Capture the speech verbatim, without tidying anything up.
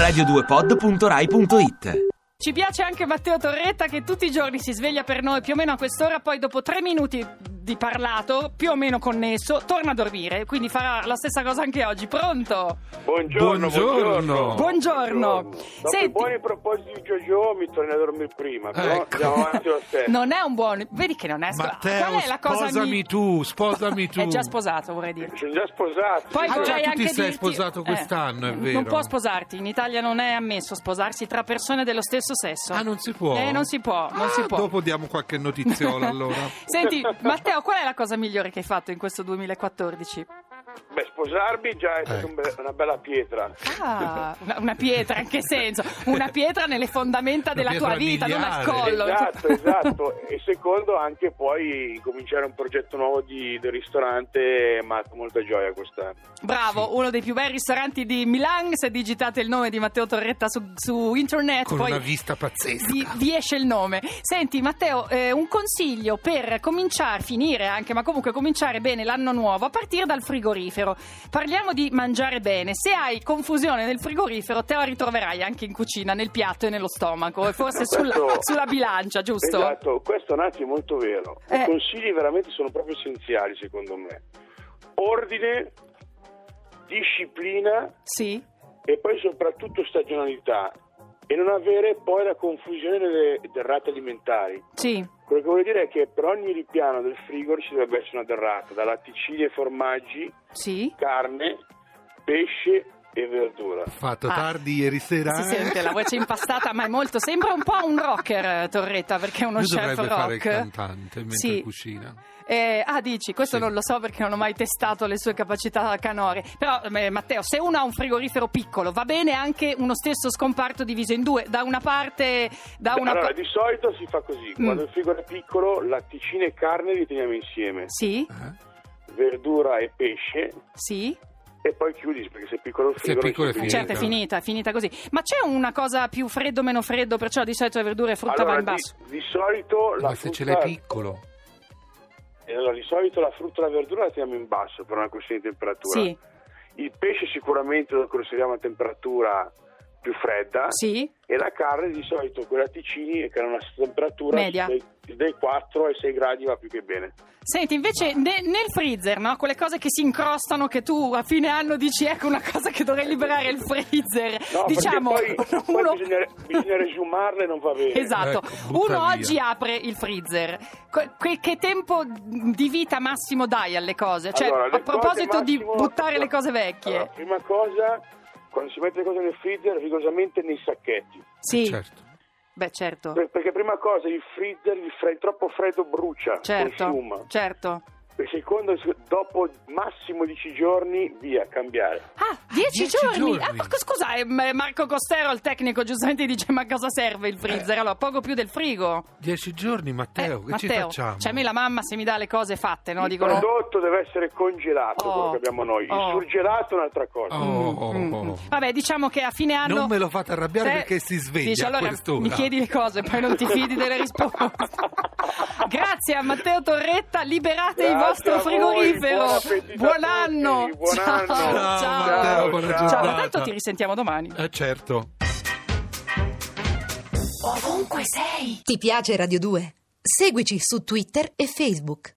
radio due pod punto rai punto it. Ci piace anche Matteo Torretta, che tutti i giorni si sveglia per noi più o meno a quest'ora, poi dopo tre minuti di parlato, più o meno connesso, torna a dormire, quindi farà la stessa cosa anche oggi. Pronto? Buongiorno, buongiorno. Buongiorno. Buongiorno. Dopo Senti, i buoni propositi di Jojo mi torno a dormire prima, però Ecco. andiamo avanti lo stesso. non è un buon... Vedi che non è... Matteo, Qual è la cosa sposami mi... tu, sposami tu. È già sposato, vorrei dire. Sono già sposato. Poi Ah, già, vorrei tu anche ti sei dirti- sposato quest'anno, è vero. Non può sposarti, in Italia non è ammesso sposarsi tra persone dello stesso sesso. Ah, non si può? Eh, non si può, non Ah, si può. Dopo diamo qualche notiziola allora. Senti, Matteo, qual è la cosa migliore che hai fatto in questo duemilaquattordici? Beh, sposarmi già è stata Ecco. un be- una bella pietra. Ah, una, una pietra, in che senso? Una pietra nelle fondamenta Una della tua pietra vita, non al miliare. collo. Esatto, esatto. E secondo anche poi cominciare un progetto nuovo di, del ristorante, ma con molta gioia quest'anno. Bravo, uno dei più bei ristoranti di Milan. Se digitate il nome di Matteo Torretta su, su internet, Con poi una vista pazzesca. vi, vi esce il nome. Senti Matteo, eh, un consiglio per cominciare, finire anche, ma comunque cominciare bene l'anno nuovo a partire dal frigorifero. Parliamo di mangiare bene. Se hai confusione nel frigorifero, te la ritroverai anche in cucina, nel piatto e nello stomaco, e forse sulla, Questo- sulla bilancia, giusto? Esatto, questo è un attimo molto vero. Eh. I consigli veramente sono proprio essenziali secondo me. Ordine, disciplina Sì. e poi soprattutto stagionalità, e non avere poi la confusione delle derrate alimentari. Sì. Quello che voglio dire è che per ogni ripiano del frigo ci dovrebbe essere una derrata, da latticini e formaggi, Sì. carne, pesce e verdura. Fatto Ah. tardi ieri sera. Si eh? sente la voce impastata, ma è molto. Sembra un po' un rocker, Torretta, perché è uno Lui chef dovrebbe fare il rock. cantante mentre Sì. cucina. Eh, ah, dici, questo Sì. non lo so perché non ho mai testato le sue capacità canore. Però, eh, Matteo, se uno ha un frigorifero piccolo, va bene anche uno stesso scomparto diviso in due. Da una parte, da una Allora, pa- di solito si fa così: Mm. quando il frigo è piccolo, latticini e carne li teniamo insieme, Sì, Eh? verdura e pesce, sì. e poi chiudi, perché se è piccolo il Se è frigo non piccolo si è chiude. Certo, è finita, è finita così. Ma c'è una cosa più freddo, meno freddo, perciò di solito le verdure e frutta Allora, va in di, basso. di solito la Ma se ce frutta- l'hai piccolo. eh, allora, di solito la frutta e la verdura la teniamo in basso per una questione di temperatura. Sì, Il pesce sicuramente lo conserviamo a temperatura più fredda, sì. e la carne di solito con i latticini che hanno una temperatura Media. dai, dai quattro ai sei gradi va più che bene. Senti, invece ne- nel freezer, no? Quelle cose che si incrostano, che tu a fine anno dici ecco una cosa che dovrei liberare il freezer. No, Diciamo, perché poi, poi uno... bisogna, bisogna resumarle e non va bene. Esatto, Ecco, butta uno via. oggi apre il freezer. Que- que- che tempo di vita massimo dai alle cose? Cioè, Allora, le a proposito cose di massimo- buttare le cose vecchie. Allora, prima cosa, quando si mette le cose nel freezer, rigorosamente nei sacchetti. Sì, Certo. beh certo, Per- Perché prima cosa il freezer, il fre- troppo freddo brucia, certo, consuma. certo. E secondo, dopo massimo dieci giorni, via, cambiare. Ah, dieci, dieci giorni. giorni. Ah, co- scusa, eh, Marco Costero, il tecnico, giustamente dice ma cosa serve il freezer? Allora, poco più del frigo. Dieci giorni, Matteo, Eh, che ci Matteo, facciamo? cioè a me la mamma se mi dà le cose fatte, no? Il Dicono... prodotto deve essere congelato, Oh. quello che abbiamo noi. Il Oh. surgelato è un'altra cosa. Oh, oh, Mm, oh. mm. Vabbè, diciamo che a fine anno... Non me lo fate arrabbiare Eh, perché si sveglia dice, a allora quest'ora. mi chiedi le cose, poi non ti fidi delle risposte. Grazie a Matteo Torretta, liberate il Grazie vostro a voi, frigorifero. buon appetito a Buon tutti, anno. buon ciao, anno. ciao. Ciao, Matteo, buona Ciao. Ciao, giornata. ma tanto ti risentiamo domani. Eh, certo. Ovunque sei. Ti piace Radio due? Seguici su Twitter e Facebook.